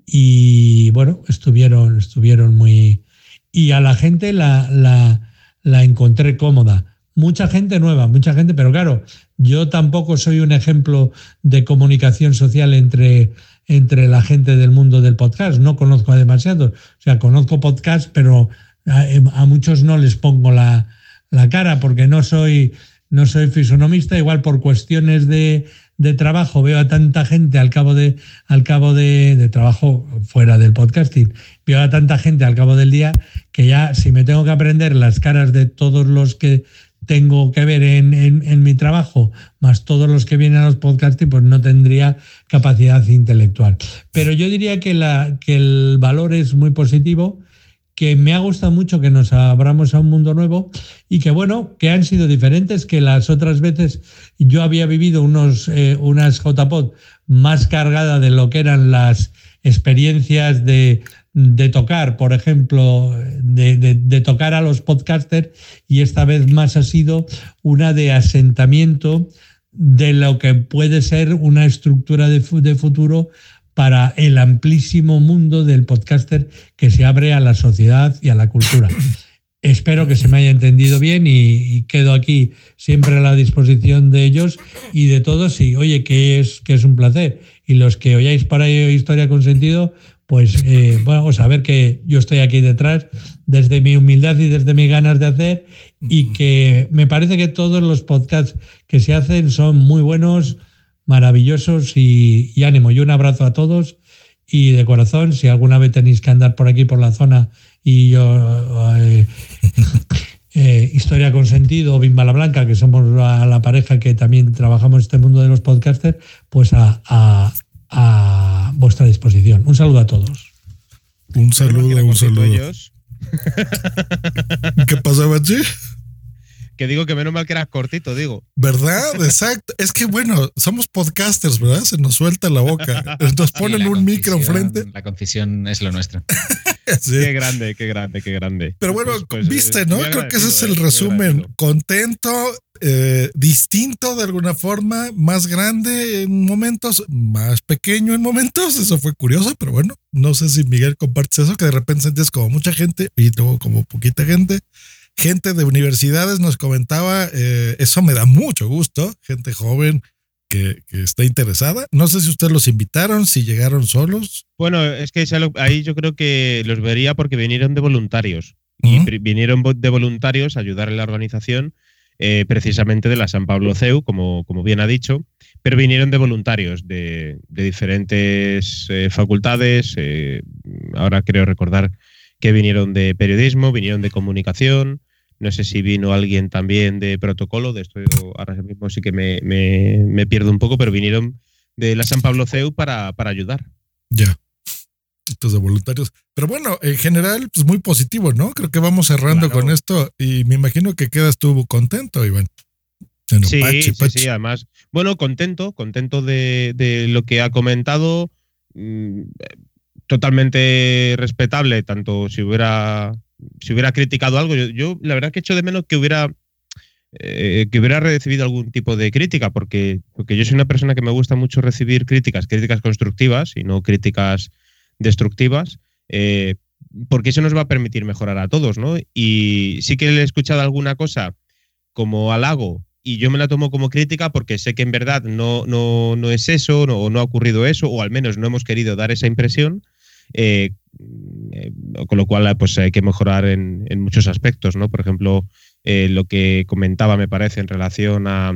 Y bueno, estuvieron, estuvieron muy... Y a la gente la, la, la encontré cómoda. Mucha gente nueva, mucha gente, pero claro, yo tampoco soy un ejemplo de comunicación social entre, entre la gente del mundo del podcast. No conozco a demasiados. O sea, conozco podcast, pero a, a muchos no les pongo la, la cara porque no soy, no soy fisonomista. Igual por cuestiones de, de trabajo veo a tanta gente al cabo de, al cabo de, de trabajo fuera del podcasting. Veo a tanta gente al cabo del día que ya si me tengo que aprender las caras de todos los que tengo que ver en, en, en mi trabajo, más todos los que vienen a los podcasting, pues no tendría capacidad intelectual. Pero yo diría que, la, que el valor es muy positivo, que me ha gustado mucho que nos abramos a un mundo nuevo y que, bueno, que han sido diferentes, que las otras veces yo había vivido unos, eh, unas J P O D más cargadas de lo que eran las experiencias de... de tocar, por ejemplo, de, de, de tocar a los podcasters, y esta vez más ha sido una de asentamiento de lo que puede ser una estructura de, de futuro para el amplísimo mundo del podcaster que se abre a la sociedad y a la cultura. Espero que se me haya entendido bien y, y quedo aquí siempre a la disposición de ellos y de todos. Y oye, que es, que es un placer. Y los que oyáis por ahí Historia con Sentido, pues eh, bueno, saber que yo estoy aquí detrás desde mi humildad y desde mis ganas de hacer, y que me parece que todos los podcasts que se hacen son muy buenos, maravillosos y, y ánimo. Y un abrazo a todos y de corazón, si alguna vez tenéis que andar por aquí por la zona y yo eh, eh, Historia con Sentido o Bimbala Blanca, que somos la, la pareja que también trabajamos en este mundo de los podcasters, pues a, a a vuestra disposición. Un saludo a todos. Un saludo, un saludo. Ellos. ¿Qué pasó, Bachi? Que digo que menos mal que eras cortito, digo. ¿Verdad? Exacto. Es que bueno, somos podcasters, ¿verdad? Se nos suelta la boca. Nos ponen sí, un micro enfrente. La concisión es lo nuestro. Sí. Qué grande, qué grande, qué grande. Pero bueno, pues, pues, viste, ¿no? Creo que ese es el eh, resumen. Contento, eh, distinto de alguna forma, más grande en momentos, más pequeño en momentos. Eso fue curioso, pero bueno, no sé si Miguel compartes eso, que de repente sentías como mucha gente y luego como poquita gente. Gente de universidades nos comentaba, eh, eso me da mucho gusto, gente joven que, que está interesada. No sé si ustedes los invitaron, si llegaron solos. Bueno, es que ahí yo creo que los vería porque vinieron de voluntarios. Uh-huh. Y vinieron de voluntarios a ayudar en la organización, eh, precisamente de la San Pablo C E U, como, como bien ha dicho, pero vinieron de voluntarios de, de diferentes eh, facultades. Eh, ahora creo recordar que vinieron de periodismo, vinieron de comunicación. No sé si vino alguien también de protocolo, de esto ahora mismo sí que me, me, me pierdo un poco, pero vinieron de la San Pablo C E U para, para ayudar. Ya, estos de voluntarios. Pero bueno, en general, pues muy positivo, ¿no? Creo que vamos cerrando claro. con esto y me imagino que quedas tú contento, Iván. Bueno, sí, pachi, sí, pachi. sí, además. Bueno, contento, contento de, de lo que ha comentado. Mmm, totalmente respetable, tanto si hubiera... si hubiera criticado algo, yo, yo la verdad que echo de menos que hubiera eh, que hubiera recibido algún tipo de crítica, porque, porque yo soy una persona que me gusta mucho recibir críticas, críticas constructivas y no críticas destructivas, eh, porque eso nos va a permitir mejorar a todos, ¿no? Y sí que le he escuchado alguna cosa como halago y yo me la tomo como crítica porque sé que en verdad no, no, no es eso, no, no ha ocurrido eso, o al menos no hemos querido dar esa impresión, eh, eh, con lo cual pues hay que mejorar en, en muchos aspectos, ¿no? Por ejemplo, eh, lo que comentaba, me parece, en relación a,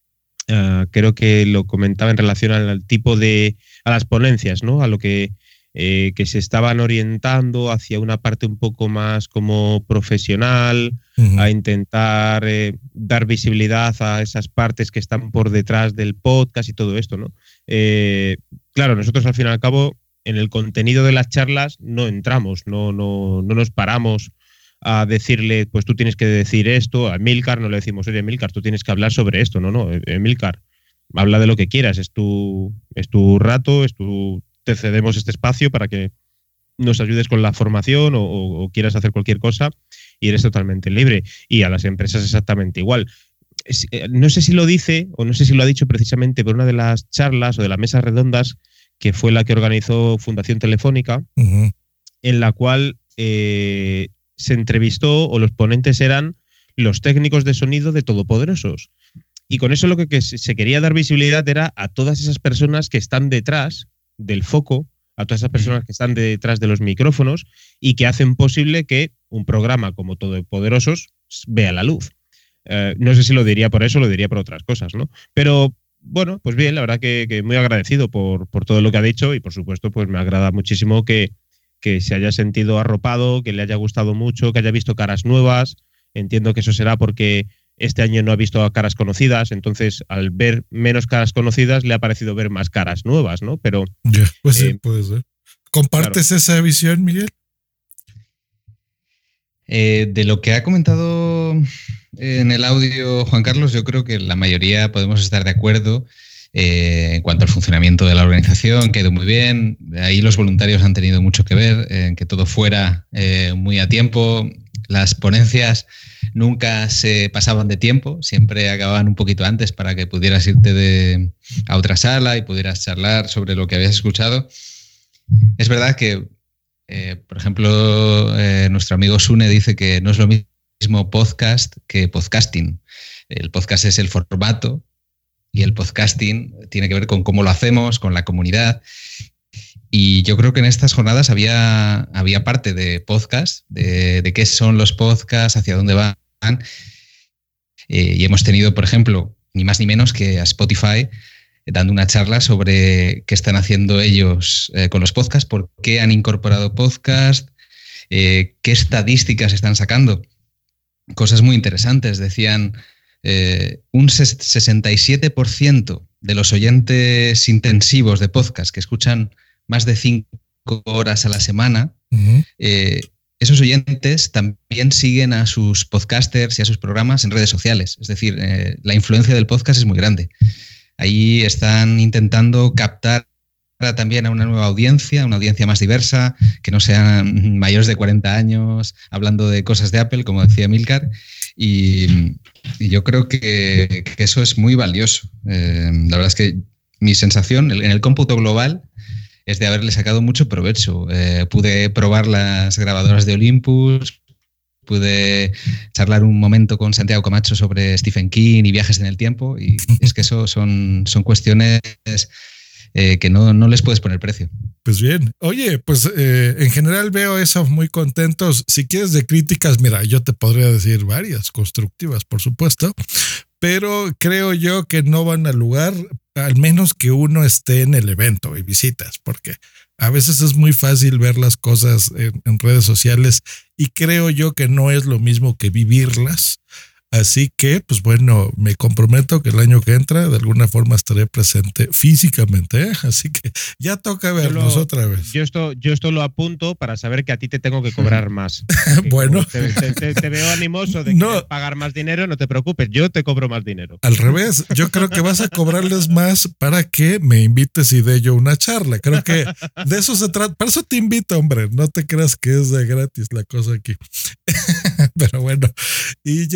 a creo que lo comentaba en relación al tipo de, a las ponencias, ¿no? A lo que Eh, que se estaban orientando hacia una parte un poco más como profesional, uh-huh. a intentar eh, dar visibilidad a esas partes que están por detrás del podcast y todo esto, ¿no? Eh, claro, nosotros al fin y al cabo en el contenido de las charlas no entramos, no, no, no nos paramos a decirle, pues tú tienes que decir esto. A Emilcar no le decimos, oye Emilcar, tú tienes que hablar sobre esto, no, no, Emilcar, habla de lo que quieras, es tu, es tu rato, es tu... te cedemos este espacio para que nos ayudes con la formación o, o, o quieras hacer cualquier cosa y eres totalmente libre. Y a las empresas exactamente igual. Es, eh, no sé si lo dice o no sé si lo ha dicho precisamente por una de las charlas o de las mesas redondas que fue la que organizó Fundación Telefónica, uh-huh. en la cual eh, se entrevistó o los ponentes eran los técnicos de sonido de Todopoderosos. Y con eso lo que, que se quería dar visibilidad era a todas esas personas que están detrás del foco, a todas esas personas que están detrás de los micrófonos y que hacen posible que un programa como Todopoderosos vea la luz. Eh, no sé si lo diría por eso o lo diría por otras cosas, ¿no? Pero bueno, pues bien, la verdad que, que muy agradecido por, por todo lo que ha dicho y por supuesto pues me agrada muchísimo que, que se haya sentido arropado, que le haya gustado mucho, que haya visto caras nuevas. Entiendo que eso será porque este año no ha visto a caras conocidas, entonces al ver menos caras conocidas le ha parecido ver más caras nuevas, ¿no? Pero yeah, pues eh, sí, puede ser. ¿Compartes claro. esa visión, Miguel? Eh, de lo que ha comentado en el audio Juan Carlos, yo creo que la mayoría podemos estar de acuerdo eh, en cuanto al funcionamiento de la organización, quedó muy bien. Ahí los voluntarios han tenido mucho que ver en que todo fuera eh, muy a tiempo. Las ponencias nunca se pasaban de tiempo, siempre acababan un poquito antes para que pudieras irte de, a otra sala y pudieras charlar sobre lo que habías escuchado. Es verdad que, eh, por ejemplo, eh, nuestro amigo Sune dice que no es lo mismo podcast que podcasting. El podcast es el formato y el podcasting tiene que ver con cómo lo hacemos, con la comunidad. Y yo creo que en estas jornadas había, había parte de podcast, de, de qué son los podcasts, hacia dónde van. Eh, y hemos tenido, por ejemplo, ni más ni menos que a Spotify dando una charla sobre qué están haciendo ellos eh, con los podcasts, por qué han incorporado podcast, eh, qué estadísticas están sacando. Cosas muy interesantes. Decían eh, un sesenta y siete por ciento de los oyentes intensivos de podcast que escuchan más de cinco horas a la semana, uh-huh. eh, esos oyentes también siguen a sus podcasters y a sus programas en redes sociales. Es decir, eh, la influencia del podcast es muy grande. Ahí están intentando captar también a una nueva audiencia, una audiencia más diversa, que no sean mayores de cuarenta años hablando de cosas de Apple, como decía Emilcar. Y, y yo creo que, que eso es muy valioso. Eh, la verdad es que mi sensación en el cómputo global es de haberle sacado mucho provecho. Eh, pude probar las grabadoras de Olympus, pude charlar un momento con Santiago Camacho sobre Stephen King y viajes en el tiempo, y es que eso son, son cuestiones eh, que no, no les puedes poner precio. Pues bien. Oye, pues eh, en general veo eso muy contentos. Si quieres de críticas, mira, yo te podría decir varias, constructivas, por supuesto, pero creo yo que no van al lugar, al menos que uno esté en el evento y visitas, porque a veces es muy fácil ver las cosas en, en redes sociales y creo yo que no es lo mismo que vivirlas. Así que, pues bueno, me comprometo que el año que entra de alguna forma estaré presente físicamente, ¿eh? Así que ya toca vernos lo, otra vez. Yo esto, yo esto lo apunto para saber que a ti te tengo que cobrar más. Bueno. Te, te, te, te veo animoso de no. pagar más dinero, no te preocupes, yo te cobro más dinero. Al revés, yo creo que vas a cobrarles más para que me invites y dé yo una charla. Creo que de eso se trata. Para eso te invito, hombre. No te creas que es de gratis la cosa aquí. Pero bueno, y ya para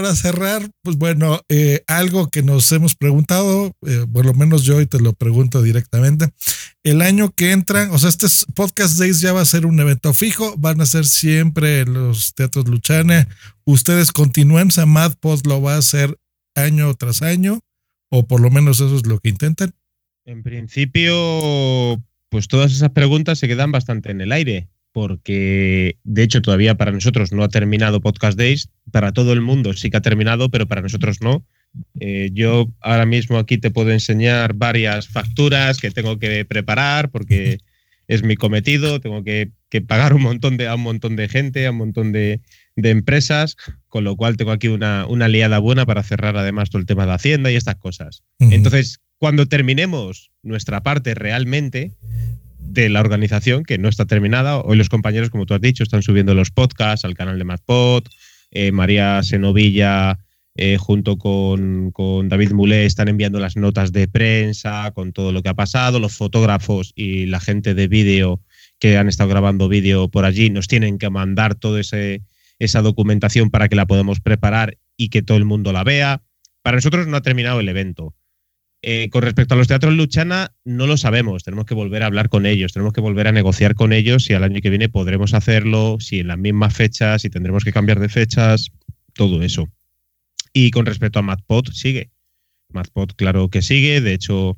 para cerrar, pues bueno, eh, algo que nos hemos preguntado, eh, por lo menos yo y te lo pregunto directamente, el año que entra, o sea, este Podcast Days ya va a ser un evento fijo, van a ser siempre los teatros Luchana, ustedes continúan, MadPod lo va a hacer año tras año, o por lo menos eso es lo que intentan. En principio, pues todas esas preguntas se quedan bastante en el aire, porque de hecho todavía para nosotros no ha terminado Podcast Days, para todo el mundo sí que ha terminado, pero para nosotros no. Eh, yo ahora mismo aquí te puedo enseñar varias facturas que tengo que preparar porque es mi cometido, tengo que, que pagar un montón de, a un montón de gente, a un montón de, de empresas, con lo cual tengo aquí una, una liada buena para cerrar además todo el tema de Hacienda y estas cosas. Uh-huh. Entonces, cuando terminemos nuestra parte realmente de la organización, que no está terminada, hoy los compañeros, como tú has dicho, están subiendo los podcasts al canal de MadPod, eh, María Senovilla eh, junto con, con David Mulé están enviando las notas de prensa con todo lo que ha pasado, los fotógrafos y la gente de vídeo que han estado grabando vídeo por allí nos tienen que mandar toda esa documentación para que la podamos preparar y que todo el mundo la vea. Para nosotros no ha terminado el evento. Eh, con respecto a los teatros Luchana, no lo sabemos, tenemos que volver a hablar con ellos, tenemos que volver a negociar con ellos si al año que viene podremos hacerlo, si en las mismas fechas, si tendremos que cambiar de fechas, todo eso. Y con respecto a MadPod, sigue. MadPod, claro que sigue, de hecho,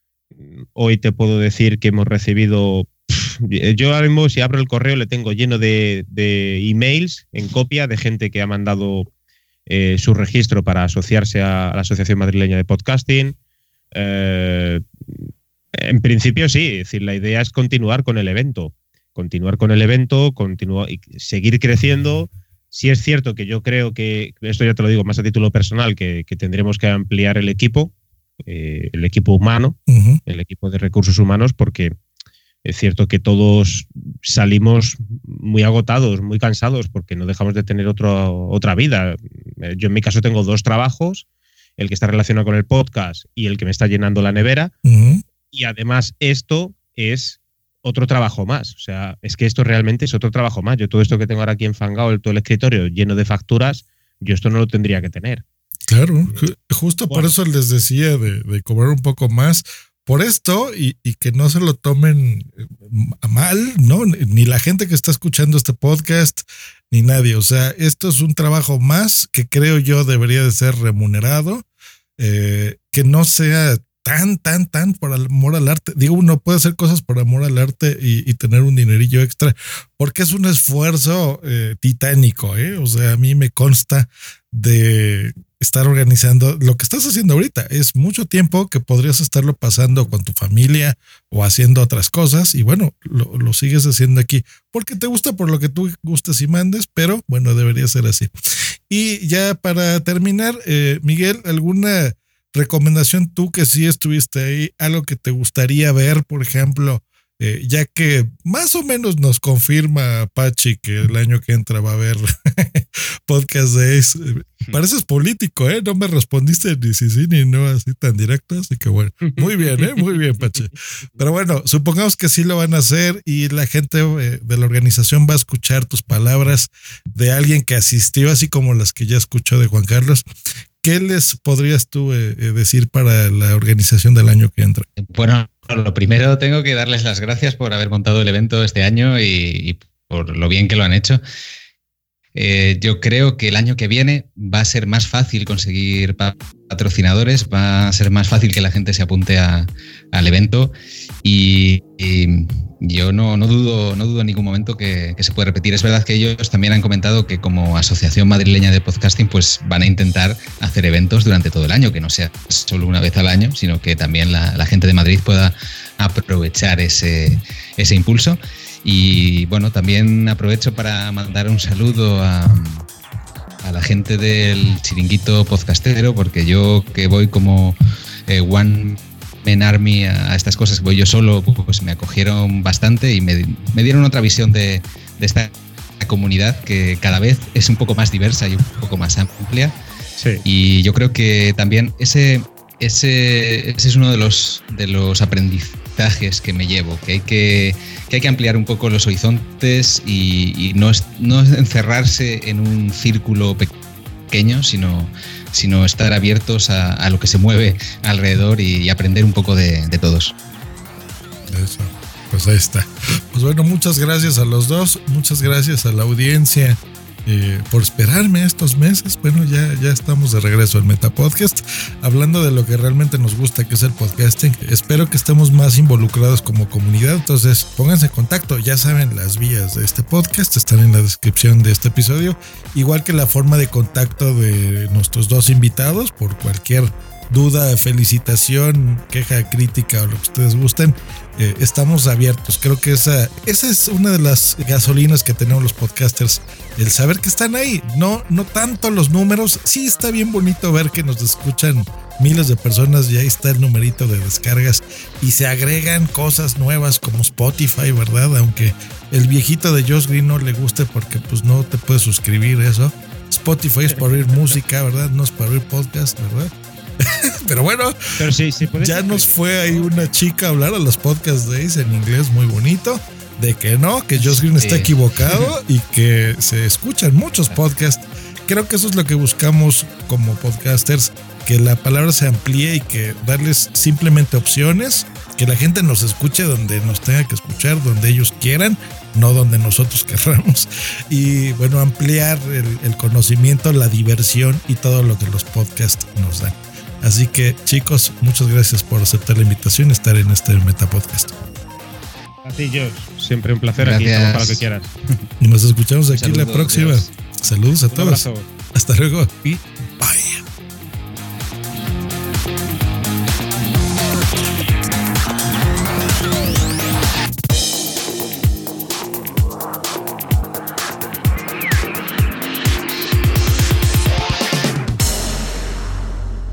hoy te puedo decir que hemos recibido, yo ahora mismo si abro el correo le tengo lleno de, de emails en copia de gente que ha mandado eh, su registro para asociarse a, a la Asociación Madrileña de Podcasting. Eh, en principio sí, es decir, la idea es continuar con el evento, continuar con el evento, continuar y seguir creciendo. Sí es cierto que yo creo que, esto ya te lo digo más a título personal, que, que tendremos que ampliar el equipo, eh, el equipo humano, uh-huh. el equipo de recursos humanos, porque es cierto que todos salimos muy agotados, muy cansados, porque no dejamos de tener otro, otra vida. Yo en mi caso tengo dos trabajos, el que está relacionado con el podcast y el que me está llenando la nevera. Uh-huh. Y además esto es otro trabajo más. O sea, es que esto realmente es otro trabajo más. Yo todo esto que tengo ahora aquí enfangado, todo el escritorio lleno de facturas, yo esto no lo tendría que tener. Claro, justo bueno. Por eso les decía de, de cobrar un poco más por esto y, y que no se lo tomen a mal, ¿no? Ni la gente que está escuchando este podcast, ni nadie. O sea, esto es un trabajo más que creo yo debería de ser remunerado, eh, que no sea tan, tan, tan por amor al arte. Digo, uno puede hacer cosas por amor al arte y, y tener un dinerillo extra, porque es un esfuerzo eh, titánico, ¿eh? O sea, a mí me consta de estar organizando lo que estás haciendo ahorita. Es mucho tiempo que podrías estarlo pasando con tu familia o haciendo otras cosas y bueno, lo, lo sigues haciendo aquí porque te gusta, por lo que tú gustes y mandes, pero bueno, debería ser así. Y ya para terminar, eh, Miguel, ¿alguna recomendación tú que sí estuviste ahí, algo que te gustaría ver, por ejemplo, eh, ya que más o menos nos confirma Pachi que el año que entra va a haber Podcast Days? Pareces político, ¿eh? No me respondiste ni si sí ni no así tan directo, así que bueno, muy bien, ¿eh? Muy bien, Pachi. Pero bueno, supongamos que sí lo van a hacer y la gente eh, de la organización va a escuchar tus palabras de alguien que asistió, así como las que ya escuchó de Juan Carlos. ¿Qué les podrías tú eh, decir para la organización del año que entra? Bueno, lo primero tengo que darles las gracias por haber montado el evento este año y, y por lo bien que lo han hecho. Eh, yo creo que el año que viene va a ser más fácil conseguir patrocinadores, va a ser más fácil que la gente se apunte a, al evento y, y yo no, no, dudo, no dudo en ningún momento que, que se puede repetir. Es verdad que ellos también han comentado que como Asociación Madrileña de Podcasting pues van a intentar hacer eventos durante todo el año, que no sea solo una vez al año, sino que también la, la gente de Madrid pueda aprovechar ese, ese impulso. Y bueno, también aprovecho para mandar un saludo a, a la gente del Chiringuito Podcastero, porque yo que voy como eh, One Man Army a, a estas cosas, voy yo solo, pues me acogieron bastante y me, me dieron otra visión de, de esta comunidad que cada vez es un poco más diversa y un poco más amplia. Sí. Y yo creo que también ese, ese, ese es uno de los, de los aprendizajes que me llevo, que hay que, que hay que ampliar un poco los horizontes y, y no, es, no es encerrarse en un círculo pequeño pequeños, sino, sino estar abiertos a, a lo que se mueve alrededor y, y aprender un poco de, de todos. Eso, pues ahí está. Pues bueno, muchas gracias a los dos, muchas gracias a la audiencia eh, por esperarme estos meses. Bueno, ya, ya estamos de regreso al Metapodcast, hablando de lo que realmente nos gusta, que es el podcasting. Espero que estemos más involucrados como comunidad, entonces pónganse en contacto. Ya saben, las vías de este podcast están en la descripción de este episodio, igual que la forma de contacto de nuestros dos invitados. Por cualquier duda, felicitación, queja, crítica o lo que ustedes gusten, eh, estamos abiertos. Creo que esa, esa es una de las gasolinas que tenemos los podcasters, el saber que están ahí. No, no tanto los números. Sí está bien bonito ver que nos escuchan miles de personas y ahí está el numerito de descargas y se agregan cosas nuevas como Spotify, ¿verdad? Aunque el viejito de Josh Green no le guste porque pues no te puedes suscribir eso. Spotify es para oír música, ¿verdad? No es para oír podcast, ¿verdad? Pero bueno, Pero sí, sí, ya nos fue ahí una chica a hablar a los podcast days en inglés muy bonito, de que no, que Josh Green está Sí. equivocado y que se escuchan muchos podcasts. Creo que eso es lo que buscamos como podcasters, que la palabra se amplíe y que darles simplemente opciones, que la gente nos escuche donde nos tenga que escuchar, donde ellos quieran, no donde nosotros querramos. Y bueno, ampliar el, el conocimiento, la diversión y todo lo que los podcasts nos dan. Así que, chicos, muchas gracias por aceptar la invitación y estar en este Metapodcast. A ti, Josh. Siempre un placer. Gracias. Aquí estamos para lo que quieras. Y nos escuchamos aquí Saludos, la próxima. Dios. Saludos a Un todos. abrazo. Hasta luego y bye.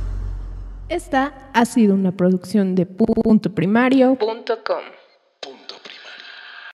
Esta ha sido una producción de punto primario punto com.